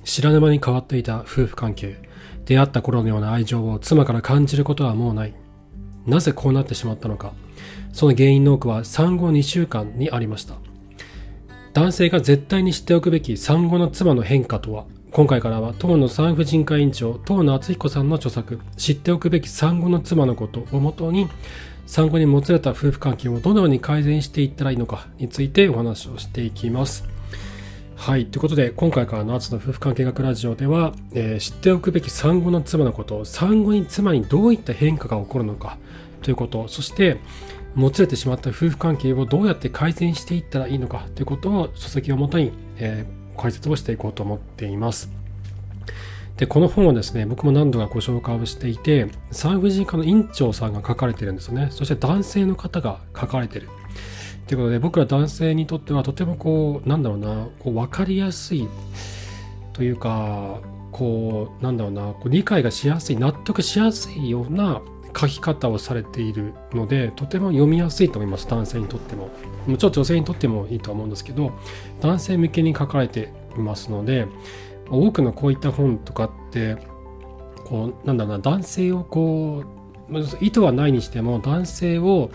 知らぬ間に変わっていた夫婦関係。出会った頃のような愛情を妻から感じることはもうない。なぜこうなってしまったのか。その原因の多くは産後2週間にありました。男性が絶対に知っておくべき産後の妻の変化とは。今回からは当の産婦人科委員長当野敦彦さんの著作知っておくべき産後の妻のことをもとに、産後にもつれた夫婦関係をどのように改善していったらいいのかについてお話をしていきます。はい。ということで、今回からのアツの夫婦関係学ラジオでは、知っておくべき産後の妻のこと、産後に妻にどういった変化が起こるのかということ、そして、もつれてしまった夫婦関係をどうやって改善していったらいいのかということを書籍をもとに、解説をしていこうと思っています。で、この本はですね、僕も何度かご紹介をしていて、産婦人科の院長さんが書かれているんですよね。そして男性の方が書かれている。ということで、僕ら男性にとってはとても分かりやすいというか、理解がしやすい、納得しやすいような書き方をされているので、とても読みやすいと思います、男性にとっても。もちろん女性にとってもいいと思うんですけど、男性向けに書かれていますので、多くのこういった本とかって、男性を意図はないにしても、男性を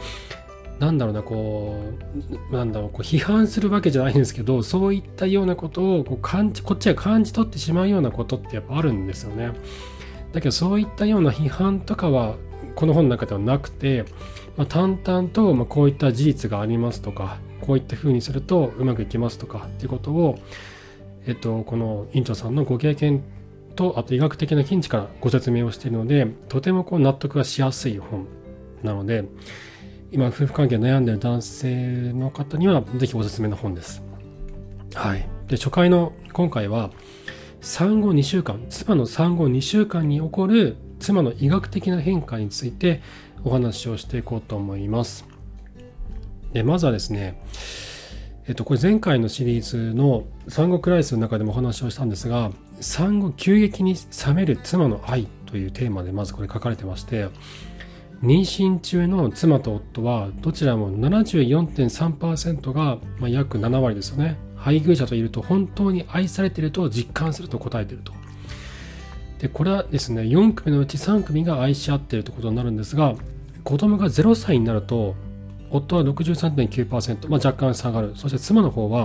批判するわけじゃないんですけど、そういったようなことをこっちが感じ取ってしまうようなことってやっぱあるんですよね。だけどそういったような批判とかはこの本の中ではなくて、淡々とこういった事実がありますとか、こういった風にするとうまくいきますとかっていうことを、この院長さんのご経験と、あと医学的な見地からご説明をしているので、とても納得がしやすい本なので、今夫婦関係悩んでいる男性の方にはぜひおすすめの本です。はい。で、初回の今回は産後2週間、妻の産後2週間に起こる妻の医学的な変化についてお話をしていこうと思います。で、まずはですね、これ前回のシリーズの産後クライスの中でもお話をしたんですが、産後急激に冷める妻の愛というテーマでまずこれ書かれてまして、妊娠中の妻と夫はどちらも 74.3% が、約7割ですよね。配偶者といると本当に愛されていると実感すると答えていると。で、これはですね、4組のうち3組が愛し合っているということになるんですが、子供が0歳になると夫は 63.9%、若干下がる。そして妻の方は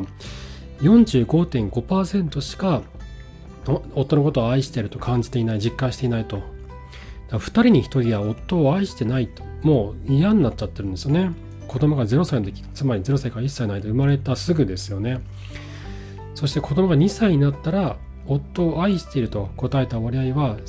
45.5% しか夫のことを愛していると感じていない、実感していないと。2人に1人は夫を愛してないと、もう嫌になっちゃってるんですよね。子供が0歳の時、つまり0歳から1歳の間で生まれたすぐですよね。そして子供が2歳になったら夫を愛していると答えた割合は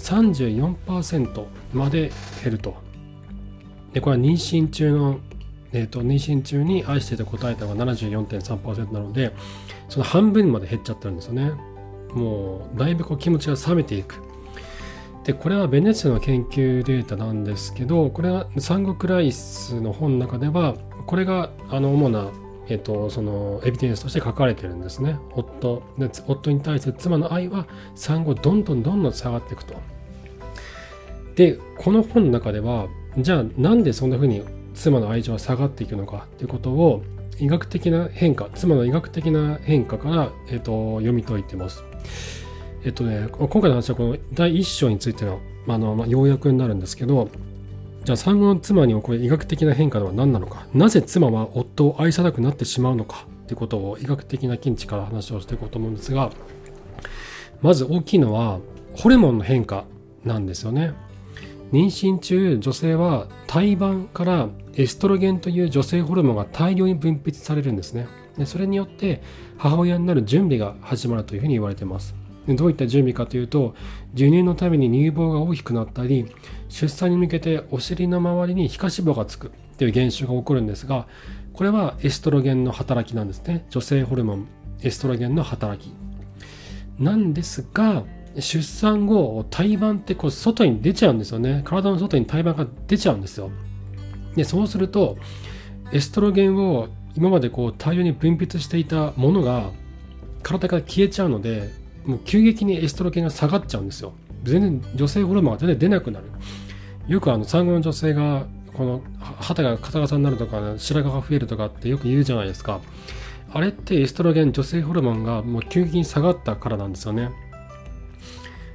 34% まで減ると。で、これは妊娠中に愛していると答えたのが 74.3% なので、その半分まで減っちゃってるんですよね。もうだいぶ気持ちが冷めていく。で、これはベネツィアの研究データなんですけど、これは産後クライスの本の中ではこれが主な、そのエビデンスとして書かれてるんですね。夫に対する妻の愛は産後どんどん下がっていくと。で、この本の中ではじゃあなんでそんな風に妻の愛情は下がっていくのかということを医学的な変化、妻の医学的な変化から、読み解いてます。今回の話はこの第1章についての、要約になるんですけど、じゃあ産後の妻に起こる医学的な変化は何なのか、なぜ妻は夫を愛さなくなってしまうのかということを医学的な見地から話をしていこうと思うんですが、まず大きいのはホルモンの変化なんですよね。妊娠中、女性は胎盤からエストロゲンという女性ホルモンが大量に分泌されるんですね。で、それによって母親になる準備が始まるというふうに言われています。で、どういった準備かというと、授乳のために乳房が大きくなったり、出産に向けてお尻の周りに皮下脂肪がつくという現象が起こるんですが、これはエストロゲンの働きなんですね。女性ホルモンエストロゲンの働きなんですが、出産後胎盤って外に出ちゃうんですよね。体の外に胎盤が出ちゃうんですよ。で、そうするとエストロゲンを今まで大量に分泌していたものが体から消えちゃうので、もう急激にエストロゲンが下がっちゃうんですよ。全然女性ホルモンが全然出なくなる。よく産後の女性がこの肌がカサカサになるとか、白髪が増えるとかってよく言うじゃないですか。あれってエストロゲン、女性ホルモンがもう急激に下がったからなんですよね。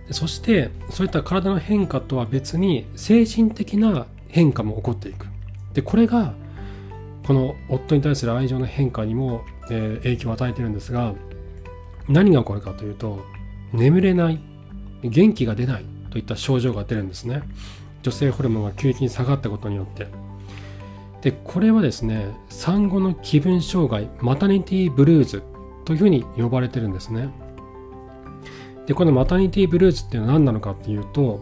そしてそういった体の変化とは別に精神的な変化も起こっていく。でこれがこの夫に対する愛情の変化にも、影響を与えているんですが、何が起こるかというと、眠れない、元気が出ないといった症状が出るんですね。女性ホルモンが急激に下がったことによって。でこれはですね、産後の気分障害、マタニティブルーズというふうに呼ばれてるんですね。でこのマタニティブルーズっていうのは何なのかっていうと、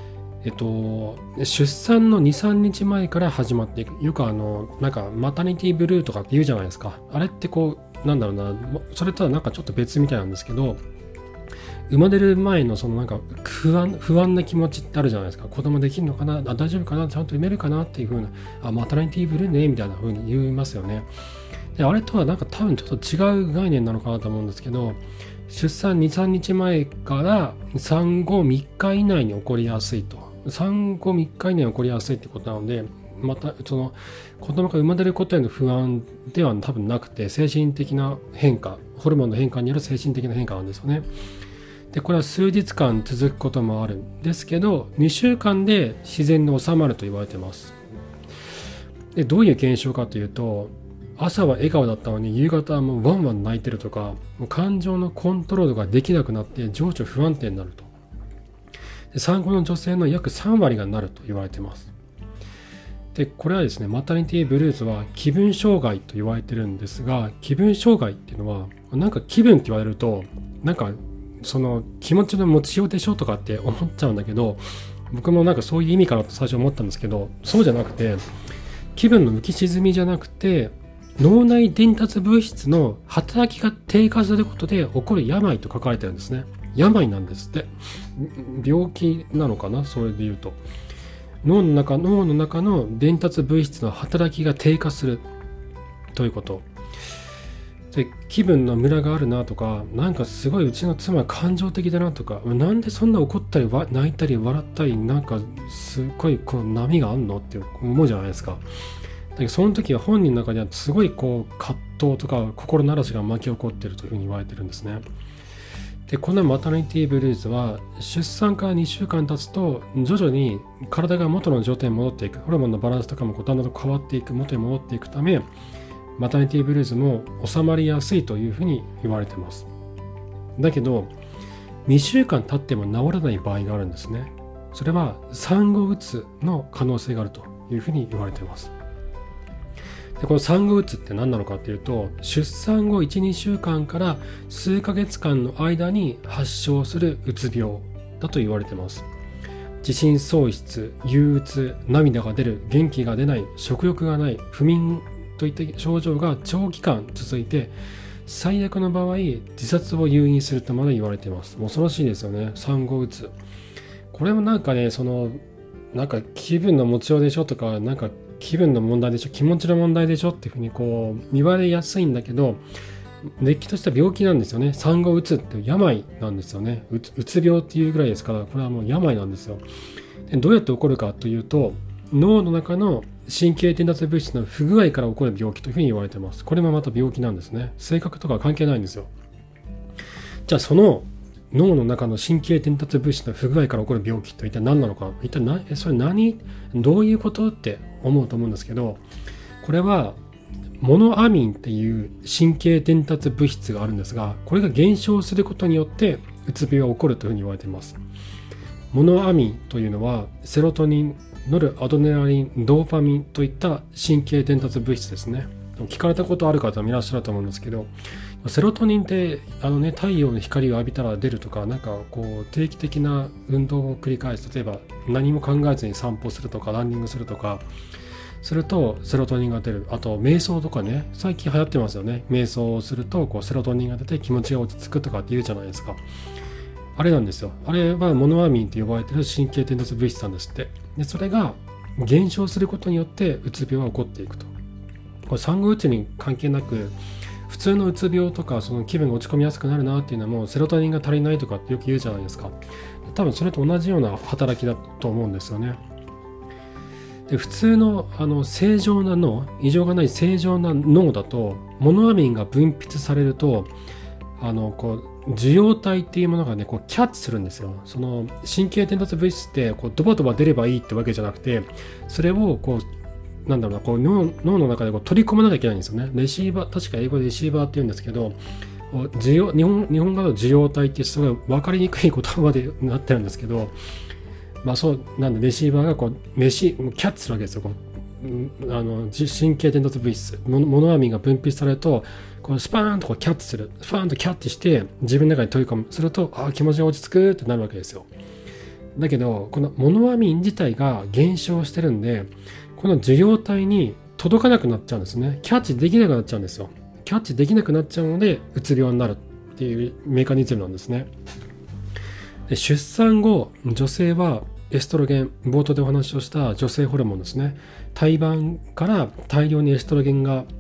出産の 2,3 日前から始まっていく。よくなんかマタニティブルーとかって言うじゃないですか。あれってこうなんだろうな、それとはなんかちょっと別みたいなんですけど、生まれる前のそのなんか不安な気持ちってあるじゃないですか。子供できるのかな、大丈夫かな、ちゃんと産めるかなっていう風な、マタニティブルーねみたいな風に言いますよね。であれとはなんか多分ちょっと違う概念なのかなと思うんですけど、出産 2,3 日前から産後3日以内に起こりやすいと。産後3日以内に起こりやすいってことなので、またその子供が生まれることへの不安では多分なくて、精神的な変化、ホルモンの変化による精神的な変化なんですよね。でこれは数日間続くこともあるんですけど、2週間で自然に収まると言われています。でどういう現象かというと、朝は笑顔だったのに夕方はもうワンワン泣いてるとか、もう感情のコントロールができなくなって情緒不安定になると。で産後の女性の約3割がなると言われています。でこれはですね、マタニティブルーズは気分障害と言われてるんですが、気分障害っていうのはなんか気分って言われるとなんかその気持ちの持ちようでしょとかって思っちゃうんだけど、僕もなんかそういう意味かなと最初思ったんですけど、そうじゃなくて、気分の浮き沈みじゃなくて、脳内伝達物質の働きが低下することで起こる病と書かれてるんですね。病なんですって。病気なのかな、それで言うと。脳の中の伝達物質の働きが低下するということ。で気分のムラがあるなとか、なんかすごいうちの妻感情的だなとか、なんでそんな怒ったり泣いたり笑ったり、なんかすごいこう波があんのって思うじゃないですか。だけどその時は本人の中ではすごいこう葛藤とか心の嵐が巻き起こっているというふうに言われてるんですね。でこのマタニティブルーズは出産から2週間経つと徐々に体が元の状態に戻っていく、ホルモンのバランスとかもだんだんと変わっていく、元に戻っていくため、マタニティブルーズも収まりやすいというふうに言われています。だけど2週間経っても治らない場合があるんですね。それは産後うつの可能性があるというふうに言われています。でこの産後うつって何なのかっていうと、出産後 1,2 週間から数ヶ月間の間に発症するうつ病だと言われています。自信喪失、憂鬱、涙が出る、元気が出ない、食欲がない、不眠といった症状が長期間続いて、最悪の場合自殺を誘引するとまで言われています。恐ろしいですよね、産後うつ。これもなんかね、なんか気分の持ちようでしょとか、なんか気分の問題でしょ、気持ちの問題でしょっていうふうにこう言われやすいんだけど、れっきとした病気なんですよね。産後うつって病なんですよね。うつ病っていうぐらいですから、これはもう病なんですよ。でどうやって起こるかというと、脳の中の神経伝達物質の不具合から起こる病気というふうに言われています。これもまた病気なんですね。性格とか関係ないんですよ。じゃあその脳の中の神経伝達物質の不具合から起こる病気と一体何なのか、一体それどういうことって思うと思うんですけど、これはモノアミンっていう神経伝達物質があるんですが、これが減少することによってうつ病が起こるというふうに言われています。モノアミンというのはセロトニン、ノルアドレナリン、ドーパミンといった神経伝達物質ですね。聞かれたことある方もいらっしゃると思うんですけど、セロトニンって太陽の光を浴びたら出るとか、なんかこう定期的な運動を繰り返す、例えば何も考えずに散歩するとかランニングするとかするとセロトニンが出る。あと瞑想とかね、最近流行ってますよね。瞑想をするとこうセロトニンが出て気持ちが落ち着くとかって言うじゃないですか。あれなんですよ。あれはモノアミンと呼ばれている神経伝達物質なんですって。でそれが減少することによってうつ病が起こっていくと。これ産後うつに関係なく、普通のうつ病とかその気分が落ち込みやすくなるなっていうのはもうセロトニンが足りないとかってよく言うじゃないですか。多分それと同じような働きだと思うんですよね。で普通の正常な脳、異常がない正常な脳だとモノアミンが分泌されるとこう受容体っていうものがね、こうキャッチするんですよ。その神経伝達物質ってこうドバドバ出ればいいってわけじゃなくて、それをこうなんだろうな、こう脳の中でこう取り込まなきゃいけないんですよね。レシーバー、確か英語でレシーバーって言うんですけど、日本語だと受容体ってすごい分かりにくい言葉でなってるんですけど、まあそうなんでレシーバーがこうキャッチするわけですよ。こう神経伝達物質モノアミンが分泌されると、こうスパーンとこうキャッチする、スパーンとキャッチして自分の中に取り込む、すると気持ちが落ち着くってなるわけですよ。だけどこのモノアミン自体が減少してるんで、この受容体に届かなくなっちゃうんですね。キャッチできなくなっちゃうんですよ。キャッチできなくなっちゃうのでうつ病になるっていうメカニズムなんですね。で、出産後女性はエストロゲン、冒頭でお話をした女性ホルモンですね、胎盤から大量にエストロゲンが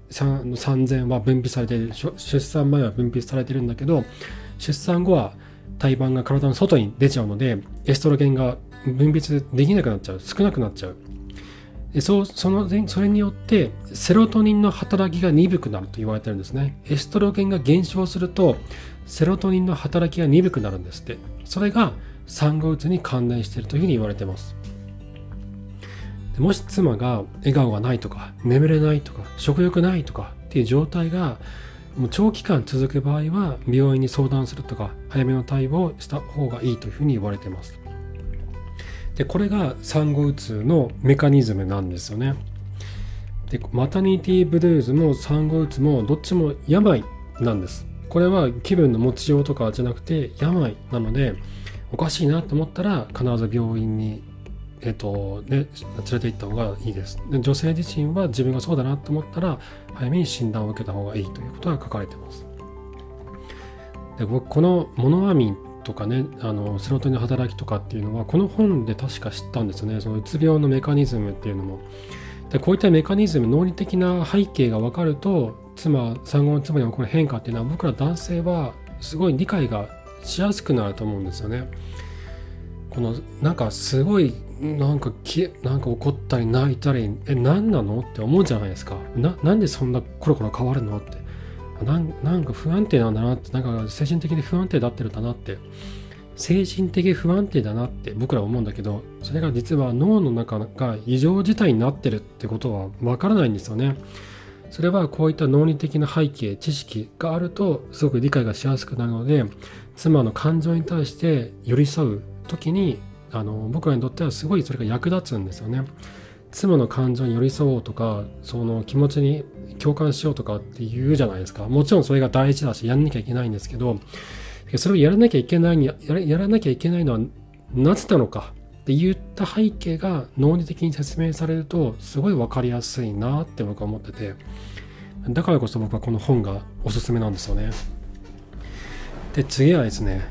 3000は分泌されている。出産前は分泌されているんだけど、出産後は胎盤が体の外に出ちゃうのでエストロゲンが分泌できなくなっちゃう、少なくなっちゃう。それによってセロトニンの働きが鈍くなると言われてるんですね。エストロゲンが減少するとセロトニンの働きが鈍くなるんですって。それが産後うつに関連しているというふうに言われています。でもし妻が笑顔がないとか眠れないとか食欲ないとかっていう状態がもう長期間続く場合は病院に相談するとか早めの対応をした方がいいというふうに言われています。で、これが産後うつのメカニズムなんですよね。で、マタニティブルーズも産後うつもどっちも病なんです。これは気分の持ちようとかじゃなくて病なので、おかしいなと思ったら必ず病院に、連れて行った方がいいです。で、女性自身は自分がそうだなと思ったら早めに診断を受けた方がいいということが書かれています。で、僕このモノアミンとかね、セロトニンの働きとかっていうのはこの本で確か知ったんですね。そのうつ病のメカニズムっていうのも。で、こういったメカニズム、脳理的な背景が分かると、産後の妻に起こる変化っていうのは僕ら男性はすごい理解がしやすくなると思うんですよね。このなんかすごいなんか怒ったり泣いたり何なのって思うじゃないですか。なんでそんなコロコロ変わるのって。なんか不安定なんだなって、なんか精神的に不安定だってるんだなって、精神的不安定だなって僕らは思うんだけど、それが実は脳の中が異常事態になってるってことはわからないんですよね。それはこういった脳理的な背景、知識があるとすごく理解がしやすくなるので、妻の感情に対して寄り添う時に僕らにとってはすごいそれが役立つんですよね。妻の感情に寄り添おうとか、その気持ちに共感しようとかって言うじゃないですか。もちろんそれが大事だしやんなきゃいけないんですけど、それをやらなきゃいけないのはなぜなのかって言った背景が論理的に説明されるとすごい分かりやすいなって僕は思ってて、だからこそ僕はこの本がおすすめなんですよね。で、次はですね、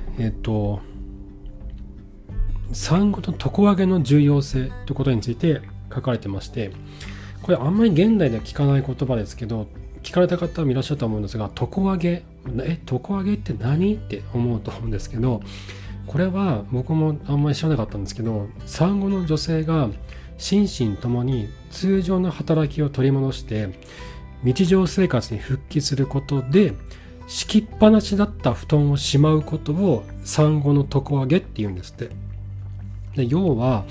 産後の床上げの重要性ということについて書かれてまして、これあんまり現代では聞かない言葉ですけど、聞かれた方もいらっしゃると思うんですが、床上げ床上げって何って思うと思うんですけど、これは僕もあんまり知らなかったんですけど、産後の女性が心身ともに通常の働きを取り戻して日常生活に復帰することで、敷きっぱなしだった布団をしまうことを産後の床上げって言うんですって。で、要は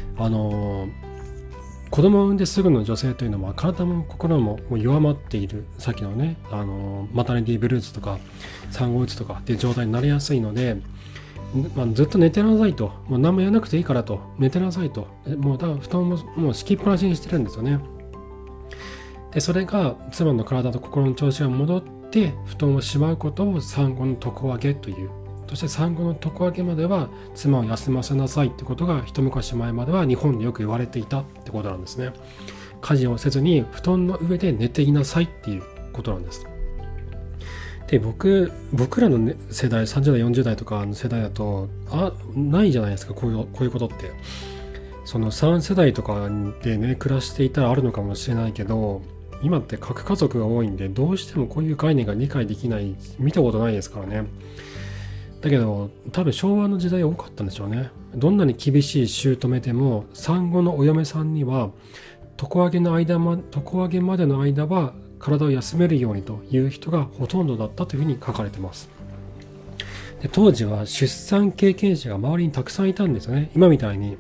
子供を産んですぐの女性というのは体も心も弱まっている、さっきのねマタニティブルーズとか産後うつとかっていう状態になりやすいので、ずっと寝てなさいと、もう何もやらなくていいからと、寝てなさいと、もうだから布団もう敷きっぱなしにしてるんですよね。で、それが妻の体と心の調子が戻って布団をしまうことを産後の床上げという。そして産後の床上げまでは妻を休ませなさいってことが一昔前までは日本でよく言われていたってことなんですね。家事をせずに布団の上で寝ていなさいっていうことなんです。で、僕らの、ね、世代、30代40代とかの世代だとないじゃないですか、こういうことって。その3世代とかでね暮らしていたらあるのかもしれないけど、今って核家族が多いんでどうしてもこういう概念が理解できない、見たことないですからね。だけど多分昭和の時代多かったんでしょうね。どんなに厳しい姑でも産後のお嫁さんには床上げまでの間は体を休めるようにという人がほとんどだったというふうに書かれています。 で当時は出産経験者が周りにたくさんいたんですよね。今みたいに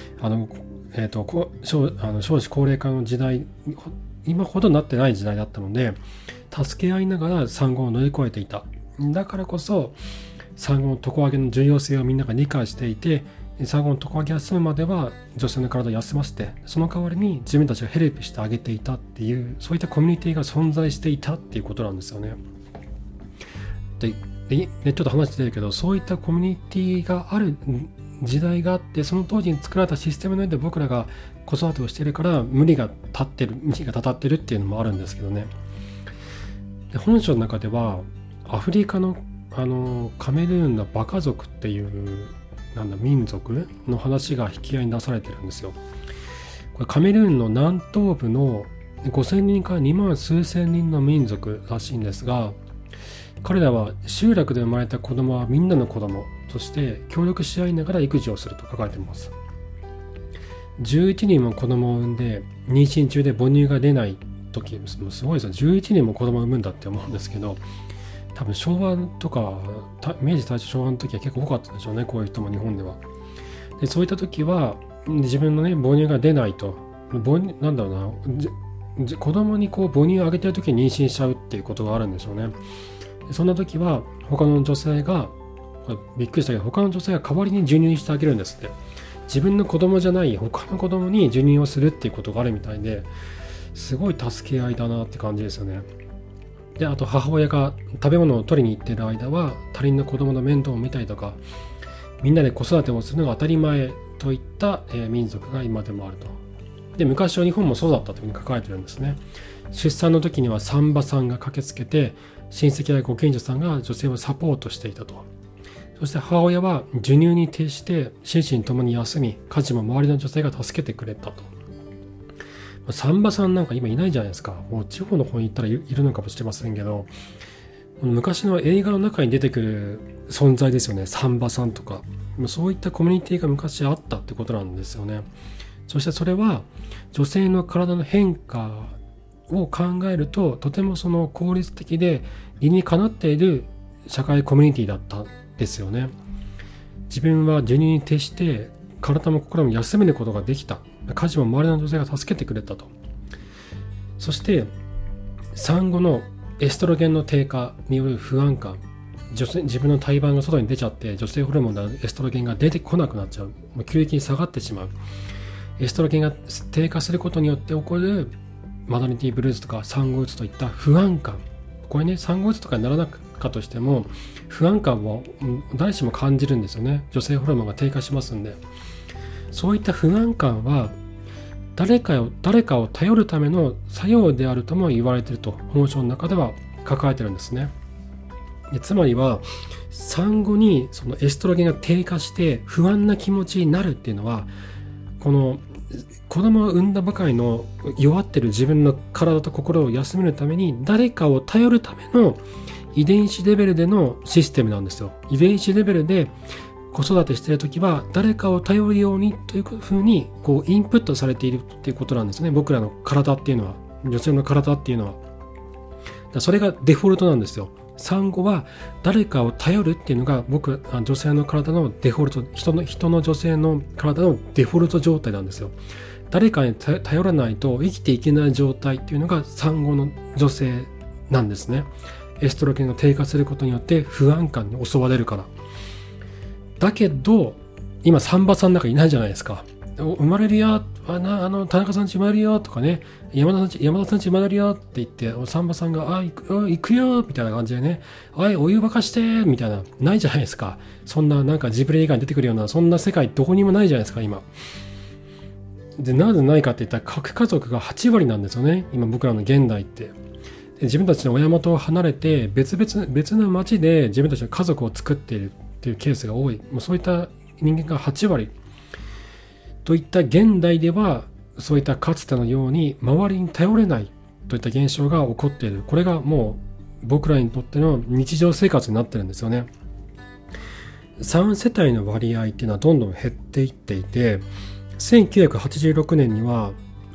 少子高齢化の時代、今ほどなってない時代だったので、助け合いながら産後を乗り越えていた。だからこそ産後の床上げの重要性をみんなが理解していて、産後の床上げが済むまでは女性の体を休ませて、その代わりに自分たちがヘルプしてあげていたっていう、そういったコミュニティが存在していたっていうことなんですよね。でちょっと話してるけど、そういったコミュニティがある時代があって、その当時に作られたシステムの上で僕らが子育てをしているから無理がたたってるっていうのもあるんですけどね。で本書の中ではアフリカのカメルーンのバカ族っていう民族の話が引き合いに出されてるんですよ。これカメルーンの南東部の5000人から2万数千人の民族らしいんですが、彼らは集落で生まれた子供はみんなの子供として協力し合いながら育児をすると書かれています。11人も子供を産んで妊娠中で母乳が出ない時、すごいですよ。11人も子供を産むんだって思うんですけど、多分昭和とか明治大正昭和の時は結構多かったでしょうね、こういう人も日本では。でそういった時は自分のね母乳が出ないと、なんだろうな、子供にこう母乳をあげてる時に妊娠しちゃうっていうことがあるんでしょうね。でそんな時は他の女性が、びっくりしたけど、他の女性が代わりに授乳してあげるんですって。自分の子供じゃない他の子供に授乳をするっていうことがあるみたいで、すごい助け合いだなって感じですよね。であと母親が食べ物を取りに行っている間は他人の子供の面倒を見たりとか、みんなで子育てをするのが当たり前といった、民族が今でもあると。で昔は日本もそうだったというふうに書かれてるんですね。出産の時には産婆さんが駆けつけて、親戚やご近所さんが女性をサポートしていたと。そして母親は授乳に徹して心身ともに休み、家事も周りの女性が助けてくれたと。産婆さんなんか今いないじゃないですか。もう地方の方に行ったらいるのかもしれませんけど、昔の映画の中に出てくる存在ですよね、産婆さんとか。そういったコミュニティが昔あったってことなんですよね。そしてそれは女性の体の変化を考えると、とてもその効率的で理にかなっている社会コミュニティだったんですよね。自分は授乳に徹して体も心も休めることができた。家事も周りの女性が助けてくれたと。そして産後のエストロゲンの低下による不安感、自分の胎盤が外に出ちゃって女性ホルモンのエストロゲンが出てこなくなっちゃう、もう急激に下がってしまう。エストロゲンが低下することによって起こるマタニティブルーズとか産後うつといった不安感、これね、産後うつとかにならなかったとしても不安感を誰しも感じるんですよね。女性ホルモンが低下しますんで。そういった不安感は誰かを頼るための作用であるとも言われていると本書の中では書かれているんですね。でつまりは産後にそのエストロゲンが低下して不安な気持ちになるっていうのは、この子供を産んだばかりの弱ってる自分の体と心を休めるために誰かを頼るための遺伝子レベルでのシステムなんですよ。遺伝子レベルで子育てしているときは誰かを頼るようにというふうにこうインプットされているっていうことなんですね。僕らの体っていうのは、女性の体っていうのは。それがデフォルトなんですよ。産後は誰かを頼るっていうのが女性の体のデフォルト、人の女性の体のデフォルト状態なんですよ。誰かに頼らないと生きていけない状態っていうのが産後の女性なんですね。エストロゲンが低下することによって不安感に襲われるから。だけど今産婆さんなんかいないじゃないですか。生まれるよ、田中さんち生まれるよとかね、山田さんち生まれるよって言って産婆さんが行くよみたいな感じでね、お湯沸かしてみたいな、ないじゃないですか。そんななんかジブリ映画に出てくるようなそんな世界どこにもないじゃないですか今で。なぜないかって言ったら核家族が8割なんですよね今僕らの現代って。で自分たちの親元を離れて別の町で自分たちの家族を作っているっていうケースが多い。もうそういった人間が8割といった現代では、そういったかつてのように周りに頼れないといった現象が起こっている。これがもう僕らにとっての日常生活になってるんですよね。3世帯の割合っていうのはどんどん減っていっていて、1986年には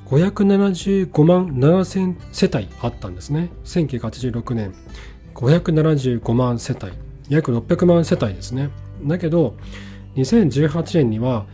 575万7000世帯あったんですね。1986年575万世帯。 約600万世帯ですね。だけど2018年には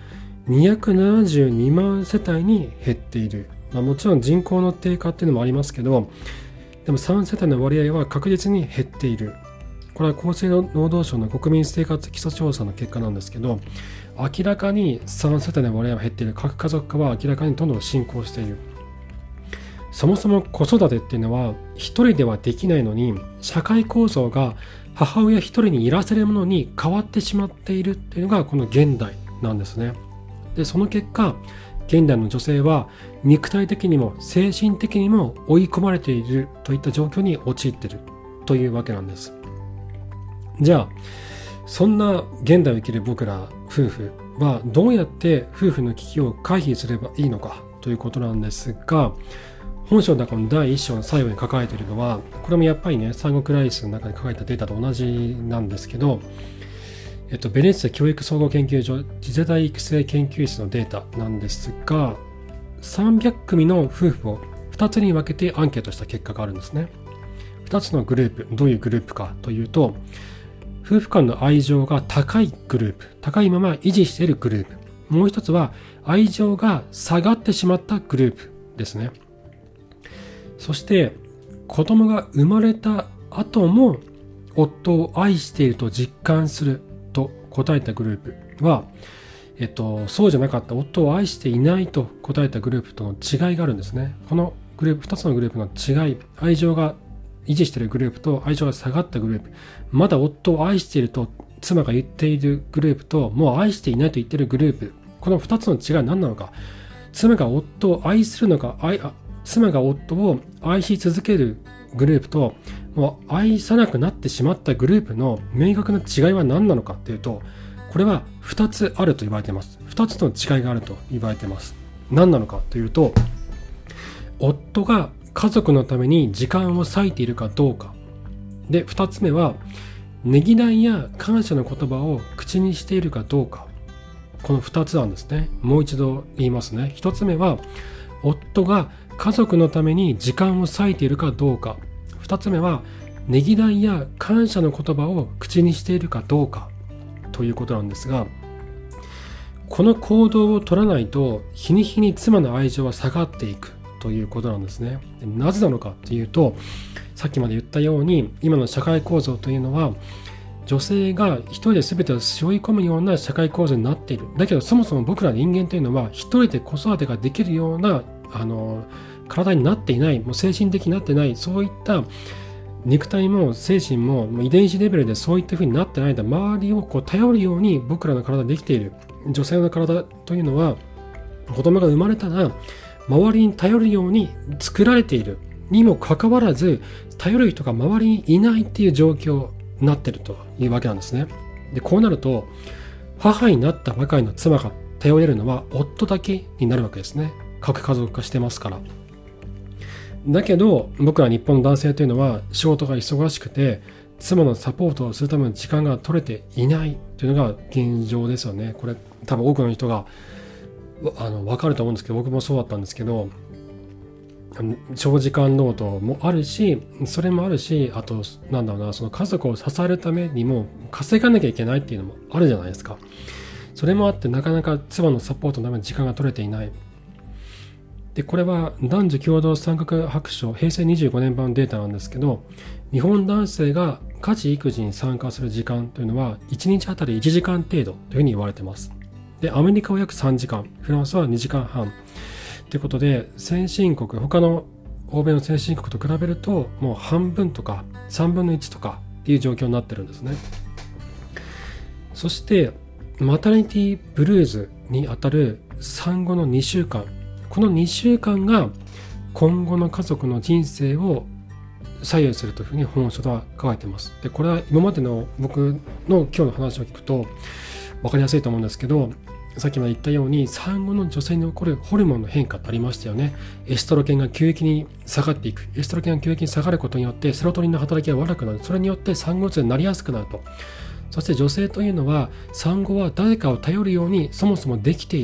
272万世帯に減っている。もちろん人口の低下っていうのもありますけど、でも3世帯の割合は確実に減っている。これは厚生労働省の国民生活基礎調査の結果なんですけど、明らかに3世帯の割合は減っている。核家族化は明らかにどんどん進行している。そもそも子育てっていうのは一人ではできないのに、社会構造が母親一人にいらせるものに変わってしまっているっていうのがこの現代なんですね。で、その結果、現代の女性は肉体的にも精神的にも追い込まれているといった状況に陥っているというわけなんです。じゃあ、そんな現代を生きる僕ら夫婦はどうやって夫婦の危機を回避すればいいのかということなんですが、本書の中の第1章の最後に書かれているのは、これもやっぱりね、産後クライシスの中に書かれたデータと同じなんですけど、ベネチア教育総合研究所次世代育成研究室のデータなんですが、300組の夫婦を2つに分けてアンケートした結果があるんですね。2つのグループ、どういうグループかというと、夫婦間の愛情が高いグループ、高いまま維持しているグループ、もう一つは愛情が下がってしまったグループですね。そして子供が生まれた後も夫を愛していると実感すると答えたグループは、そうじゃなかった夫を愛していないと答えたグループとの違いがあるんですね。このグループ、2つのグループの違い、愛情が維持しているグループと愛情が下がったグループ、まだ夫を愛していると妻が言っているグループと、もう愛していないと言っているグループ、この2つの違いは何なのか。妻が夫を愛するのか、妻が夫を愛し続けるグループと、もう愛さなくなってしまったグループの明確な違いは何なのかというと、これは2つあると言われています。2つの違いがあると言われています。何なのかというと、夫が家族のために時間を割いているかどうか。で、2つ目は、ねぎらいや感謝の言葉を口にしているかどうか。この2つなんですね。もう一度言いますね。1つ目は、夫が家族のために時間を割いているかどうか。2つ目は、ねぎらいや感謝の言葉を口にしているかどうかということなんですが、この行動を取らないと日に日に妻の愛情は下がっていくということなんですね。なぜなのかというと、さっきまで言ったように今の社会構造というのは女性が一人で全てを背負い込むような社会構造になっている。だけどそもそも僕ら人間というのは一人で子育てができるような体になっていない、もう精神的になってない、そういった肉体も精神も遺伝子レベルでそういった風になってない間、周りを頼るように僕らの体できている。女性の体というのは子供が生まれたら周りに頼るように作られているにもかかわらず、頼る人が周りにいないっていう状況になっているというわけなんですね。で、こうなると母になったばかりの妻が頼れるのは夫だけになるわけですね。核家族化してますから。だけど僕ら日本の男性というのは仕事が忙しくて妻のサポートをするための時間が取れていないというのが現状ですよね。これ多分多くの人が分かると思うんですけど、僕もそうだったんですけど、長時間労働もあるし、それもあるし、あとその家族を支えるためにも稼がなきゃいけないっていうのもあるじゃないですか。それもあってなかなか妻のサポートのための時間が取れていない。で、これは男女共同参画白書平成25年版のデータなんですけど、日本男性が家事育児に参加する時間というのは1日あたり1時間程度というふうに言われています。で、アメリカは約3時間、フランスは2時間半ということで、先進国、他の欧米の先進国と比べるともう半分とか3分の1とかっていう状況になってるんですね。そしてマタニティブルーズにあたる産後の2週間、この2週間が今後の家族の人生を左右するというふうに本書では書かれています。で、これは今までの僕の今日の話を聞くと分かりやすいと思うんですけど、さっきまで言ったように産後の女性に起こるホルモンの変化ってありましたよね。エストロゲンが急激に下がっていく。エストロゲンが急激に下がることによってセロトニンの働きが悪くなる。それによって産後うつになりやすくなると。そして女性というのは産後は誰かを頼るようにそもそもできていると。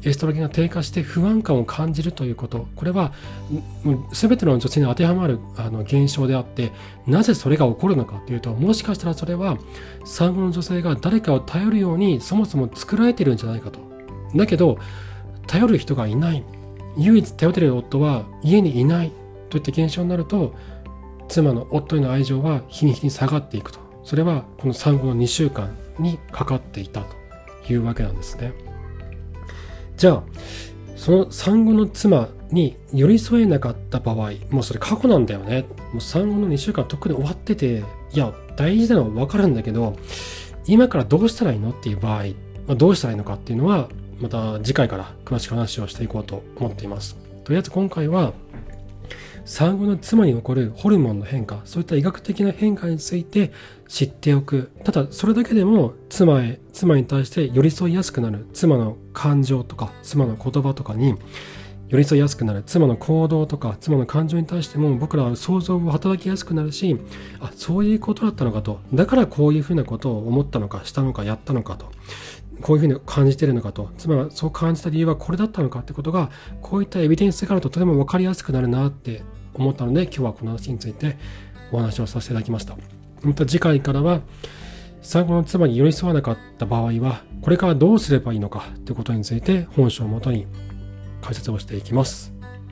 エストロゲンが低下して不安感を感じるということ、これは全ての女性に当てはまる現象であって、なぜそれが起こるのかというと、もしかしたらそれは産後の女性が誰かを頼るようにそもそも作られているんじゃないかと。だけど頼る人がいない、唯一頼っている夫は家にいないといった現象になると、妻の夫への愛情は日に日に下がっていくと。それはこの産後の2週間にかかっていたというわけなんですね。じゃあその産後の妻に寄り添えなかった場合、もうそれ過去なんだよね、もう産後の2週間とっくに終わってて、いや大事なのは分かるんだけど、今からどうしたらいいのっていう場合、どうしたらいいのかっていうのはまた次回から詳しく話をしていこうと思っています。とりあえず今回は産後の妻に起こるホルモンの変化、そういった医学的な変化について知っておく。ただそれだけでも妻に対して寄り添いやすくなる、妻の感情とか妻の言葉とかに寄り添いやすくなる、妻の行動とか妻の感情に対しても僕らは想像を働きやすくなるし、あ、そういうことだったのかと、だからこういうふうなことを思ったのかしたのかやったのかと、こういうふうに感じているのかと、妻がそう感じた理由はこれだったのかってことが、こういったエビデンスがあるととても分かりやすくなるなって思ったので、今日はこの話についてお話をさせていただきました。また次回からは産後の妻に寄り添わなかった場合はこれからどうすればいいのかということについて本書をもとに解説をしていきます。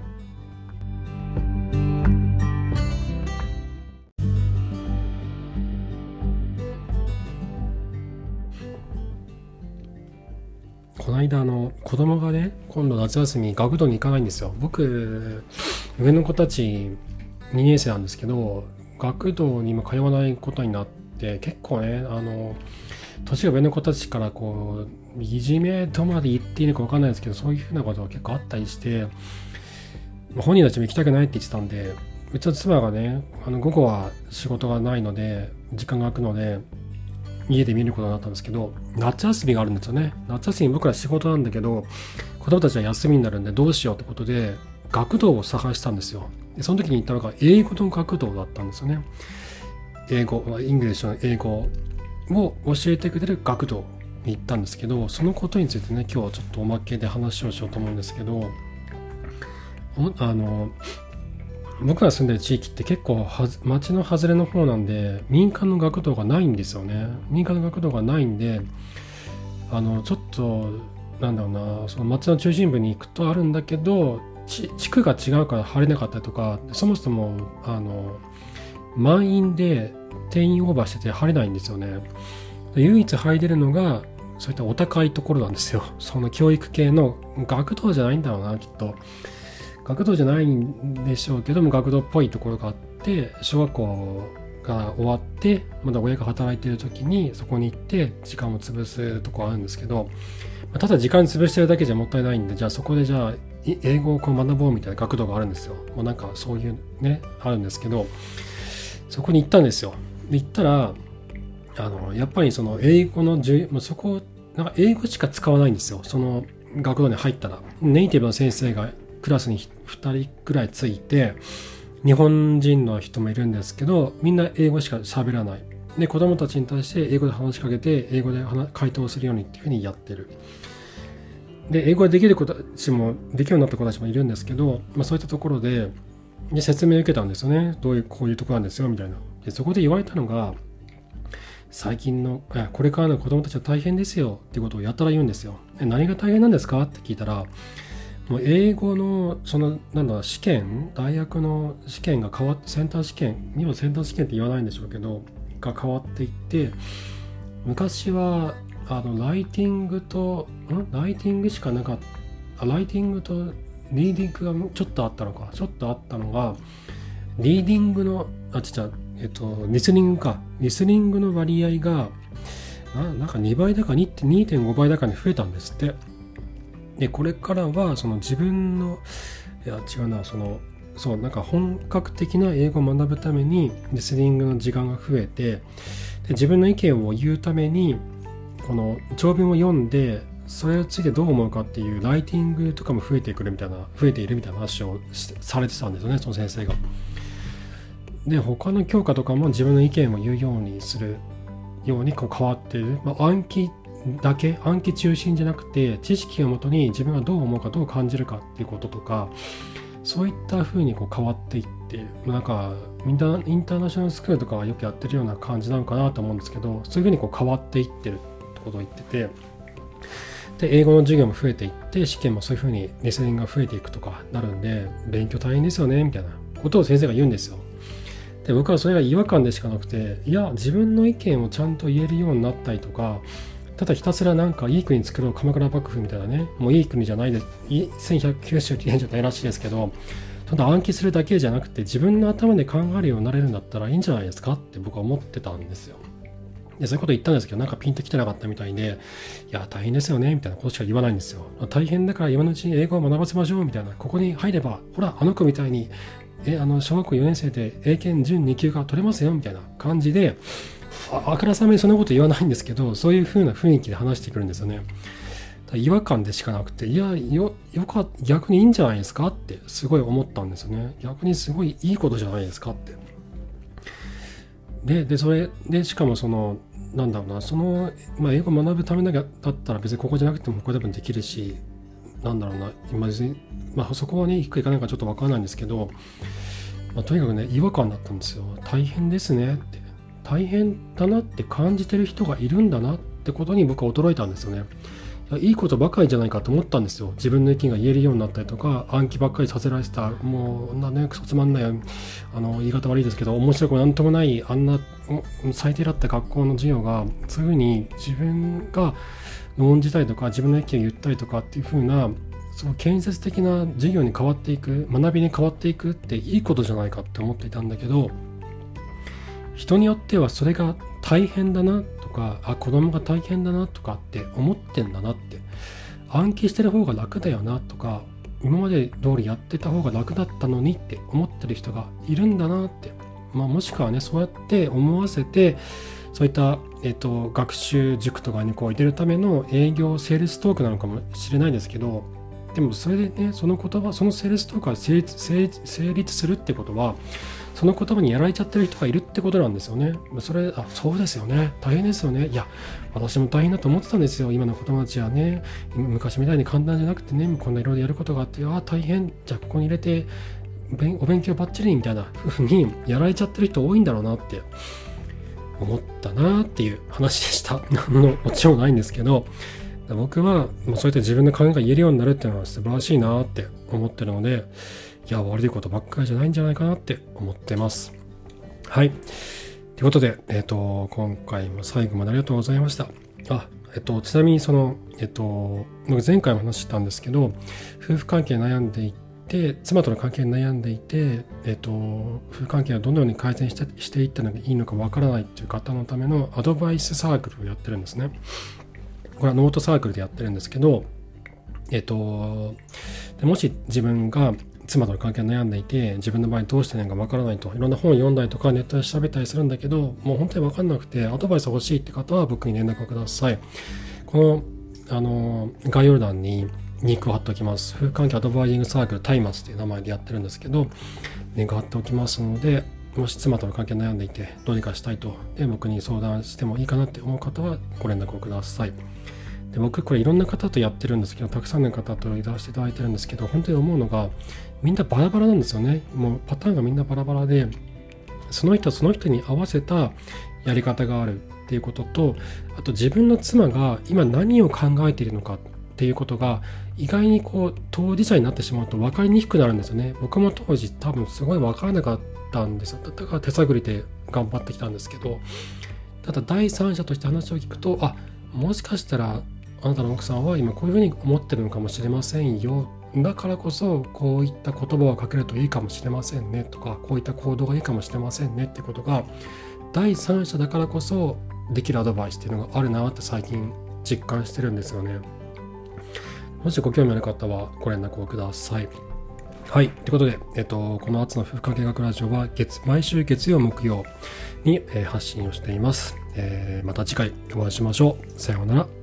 この間子供がね、今度夏休み学童に行かないんですよ。僕上の子たち2年生なんですけど、学童にも通わないことになって、結構ね年が上の子たちからこういじめとまで言っていいのか分かんないですけど、そういうふうなことが結構あったりして、本人たちも行きたくないって言ってたんで、うちの妻がね午後は仕事がないので時間が空くので家で見ることになったんですけど、夏休みがあるんですよね。夏休み僕ら仕事なんだけど子供たちは休みになるんでどうしようってことで学童を探したんですよ。でその時に行ったのが英語の学童だったんですよね。英語、イングリッシュの英語を教えてくれる学童に行ったんですけど、そのことについてね今日はちょっとおまけで話をしようと思うんですけど、僕が住んでる地域って結構町の外れの方なんで民間の学童がないんですよね。民間の学童がないんでちょっとなんだろうな、その町の中心部に行くとあるんだけど地区が違うから入れなかったりとか、そもそも満員で定員オーバーしてて入れないんですよね。唯一入れるのがそういったお高いところなんですよ。その教育系の学童じゃないんだろうな、きっと学童じゃないんでしょうけども学童っぽいところがあって、小学校が終わってまだ親が働いている時にそこに行って時間を潰すところあるんですけど、ただ時間潰してるだけじゃもったいないんで、じゃあそこでじゃあ英語をこう学ぼうみたいな学童があるんですよ。もうなんかそういうねあるんですけど、そこに行ったんですよ。で行ったらやっぱりその英語のそこなんか英語しか使わないんですよ。その学童に入ったらネイティブの先生がクラスに2人くらいついて、日本人の人もいるんですけどみんな英語しか喋らないで、子供たちに対して英語で話しかけて英語で回答するようにっていうふうにやってる。で英語ができる子たちもできるようになった子たちもいるんですけど、そういったところで説明を受けたんですよね。こういうところなんですよみたいな。でそこで言われたのが、最近のこれからの子供たちは大変ですよっていうことをやたら言うんですよ。何が大変なんですかって聞いたら、もう英語のその試験、大学の試験が変わって、センター試験、今センター試験って言わないんでしょうけどが変わっていって、昔はライティングしかなかった、ライティングとリーディングがちょっとあったのがリーディングのリスニングの割合がなんか2倍だか 2.5 倍だかに増えたんですって。でこれからはその自分のなんか本格的な英語を学ぶためにリスニングの時間が増えて、で自分の意見を言うためにこの長文を読んでそれについてどう思うかっていうライティングとかも増えているみたいな話をされてたんですよね、その先生が。で他の教科とかも自分の意見を言うようにするように変わっている、暗記だけ、暗記中心じゃなくて、知識をもとに自分がどう思うかどう感じるかっていうこととか、そういった風にこう変わっていって、なんかインターナショナルスクールとかはよくやってるような感じなのかなと思うんですけど、そういう風にこう変わっていってるってことを言ってて、で英語の授業も増えていって、試験もそういう風にレスリングが増えていくとかなるんで、勉強大変ですよねみたいなことを先生が言うんですよ。で僕はそれが違和感でしかなくて、いや自分の意見をちゃんと言えるようになったりとか、ただひたすらなんかいい国作ろう、鎌倉幕府みたいなね、もういい国じゃないです、1192年じゃないらしいですけど、ただ暗記するだけじゃなくて自分の頭で考えるようになれるんだったらいいんじゃないですかって僕は思ってたんですよ。でそういうこと言ったんですけど、なんかピンときてなかったみたいで、いや大変ですよねみたいなことしか言わないんですよ。大変だから今のうちに英語を学ばせましょうみたいな、ここに入ればほらあの子みたいに小学校4年生で英検準2級が取れますよみたいな感じで、あからさまにそんなこと言わないんですけど、そういう風な雰囲気で話してくるんですよね。違和感でしかなくて、いや逆にいいんじゃないですかってすごい思ったんですよね。逆にすごいいいことじゃないですかって。でそれでしかもなんだろうな、英語を学ぶためだったら別にここじゃなくてもここでもできるし、なんだろうな、今別に、そこはね、いくかいかないかちょっとわからないんですけど、とにかくね、違和感だったんですよ。大変ですねって。大変だなって感じてる人がいるんだなってことに僕は驚いたんですよね。いいことばかりじゃないかと思ったんですよ。自分の意見が言えるようになったりとか、暗記ばっかりさせられてた、もうクソつまんない、言い方悪いですけど、面白くなんともない、あんな最低だった学校の授業が、そういうふうに自分が論じたりとか、自分の意見を言ったりとかっていうふうな、その建設的な授業に変わっていく、学びに変わっていくっていいことじゃないかって思っていたんだけど、人によってはそれが大変だなとか、子供が大変だなとかって思ってんだなって、暗記してる方が楽だよなとか、今まで通りやってた方が楽だったのにって思ってる人がいるんだなって、もしくはね、そうやって思わせて、そういった、学習塾とかにこう入れるための営業セールストークなのかもしれないですけど、でもそれでね、その言葉、そのセールストークが成立するってことは、その言葉にやられちゃってる人がいるってことなんですよね。そうですよね。大変ですよね。いや、私も大変だと思ってたんですよ。今の子供たちはね、昔みたいに簡単じゃなくてね、こんないろいろやることがあって、大変。じゃあここに入れて、お勉強バッチリみたいな風にやられちゃってる人多いんだろうなって思ったなっていう話でした。何のオチもないんですけど、僕はそうやって自分の考えが言えるようになるっていうのは素晴らしいなって思ってるので、いや悪いことばっかりじゃないんじゃないかなって思ってます。はい。ということで、今回も最後までありがとうございました。ちなみに前回も話したんですけど、夫婦関係悩んでいて、妻との関係に悩んでいて、夫婦関係をどのように改善していったのがいいのかわからないという方のためのアドバイスサークルをやってるんですね。これはノートサークルでやってるんですけど、もし自分が妻との関係に悩んでいて、自分の場合どうしてないかわからないと、いろんな本を読んだりとかネットで調べたりするんだけど、もう本当にわかんなくてアドバイス欲しいって方は僕に連絡をください。この概要欄にリンクを貼っておきます。夫婦関係アドバイジングサークルタイマスという名前でやってるんですけど、リンク貼っておきますので、もし妻との関係に悩んでいてどうにかしたいと、で僕に相談してもいいかなって思う方はご連絡をください。で僕これいろんな方とやってるんですけど、たくさんの方とやらせていただいてるんですけど、本当に思うのがみんなバラバラなんですよね。もうパターンがみんなバラバラで、その人に合わせたやり方があるっていうことと、あと自分の妻が今何を考えているのかっていうことが意外に当事者になってしまうと分かりにくくなるんですよね。僕も当時多分すごい分からなかったんですよ。だから手探りで頑張ってきたんですけど、ただ第三者として話を聞くと、もしかしたらあなたの奥さんは今こういうふうに思ってるのかもしれませんよ。だからこそこういった言葉をかけるといいかもしれませんねとか、こういった行動がいいかもしれませんねってことが第三者だからこそできるアドバイスっていうのがあるなって最近実感してるんですよね。もしご興味ある方はご連絡をください。はい。ということで、このアツの夫婦関係学ラジオは毎週月曜木曜に、発信をしています。また次回お会いしましょう。さようなら。